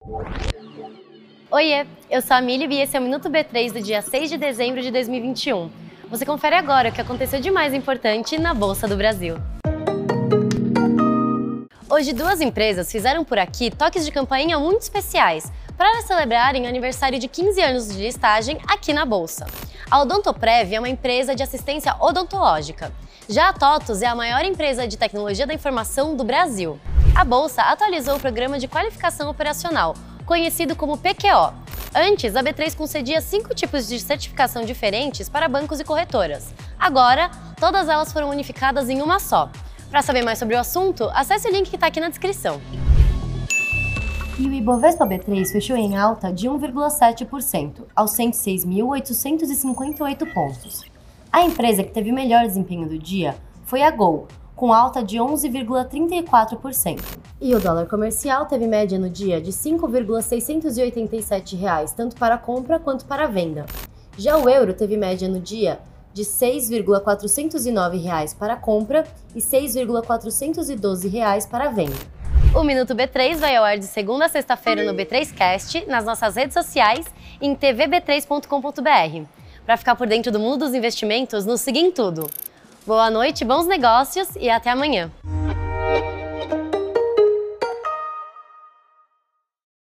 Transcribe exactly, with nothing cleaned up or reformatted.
Oiê, eu sou a Mili e esse é o Minuto B três do dia seis de dezembro de dois mil e vinte e um. Você confere agora o que aconteceu de mais importante na Bolsa do Brasil. Hoje, duas empresas fizeram por aqui toques de campainha muito especiais para celebrarem o aniversário de quinze anos de listagem aqui na Bolsa. A Odontoprev é uma empresa de assistência odontológica. Já a TOTUS é a maior empresa de tecnologia da informação do Brasil. A Bolsa atualizou o programa de qualificação operacional, conhecido como P Q O. Antes, a B três concedia cinco tipos de certificação diferentes para bancos e corretoras. Agora, todas elas foram unificadas em uma só. Para saber mais sobre o assunto, acesse o link que está aqui na descrição. E o Ibovespa B três fechou em alta de um vírgula sete por cento, aos cento e seis mil oitocentos e cinquenta e oito pontos. A empresa que teve melhor desempenho do dia foi a Gol, com alta de onze vírgula trinta e quatro por cento. E o dólar comercial teve média no dia de cinco vírgula seiscentos e oitenta e sete reais, tanto para compra quanto para venda. Já o euro teve média no dia de seis vírgula quatrocentos e nove reais para compra e seis vírgula quatrocentos e doze reais para venda. O Minuto B três vai ao ar de segunda a sexta-feira no B três Cast, nas nossas redes sociais e em t v b três ponto com ponto b r. Para ficar por dentro do mundo dos investimentos, nos siga em tudo. Boa noite, bons negócios e até amanhã!